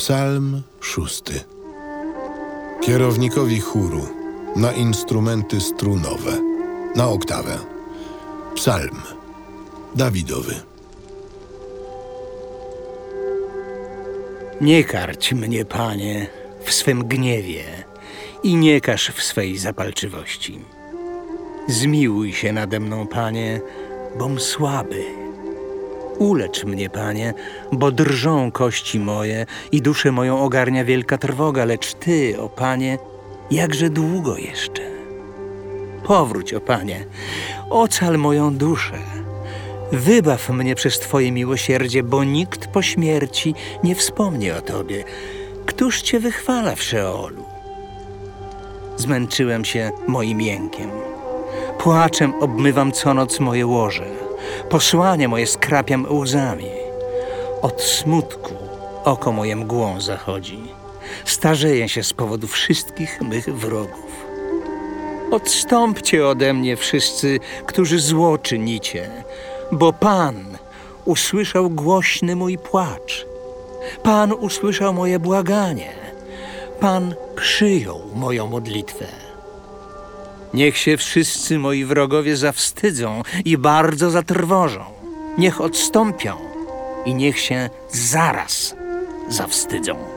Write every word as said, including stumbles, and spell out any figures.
Psalm szósty. Kierownikowi chóru na instrumenty strunowe, na oktawę. Psalm Dawidowy. Nie karć mnie, Panie, w swym gniewie i nie każ w swej zapalczywości. Zmiłuj się nade mną, Panie, bom słaby. Ulecz mnie, Panie, bo drżą kości moje i duszę moją ogarnia wielka trwoga, lecz Ty, o Panie, jakże długo jeszcze? Powróć, o Panie, ocal moją duszę. Wybaw mnie przez Twoje miłosierdzie, bo nikt po śmierci nie wspomni o Tobie. Któż Cię wychwala w Szeolu? Zmęczyłem się moim jękiem. Płaczem obmywam co noc moje łoże. Posłanie moje skrapiam łzami. Od smutku oko moje mgłą zachodzi. Starzeję się z powodu wszystkich mych wrogów. Odstąpcie ode mnie wszyscy, którzy zło czynicie, bo Pan usłyszał głośny mój płacz. Pan usłyszał moje błaganie. Pan przyjął moją modlitwę. Niech się wszyscy moi wrogowie zawstydzą i bardzo zatrwożą. Niech odstąpią i niech się zaraz zawstydzą.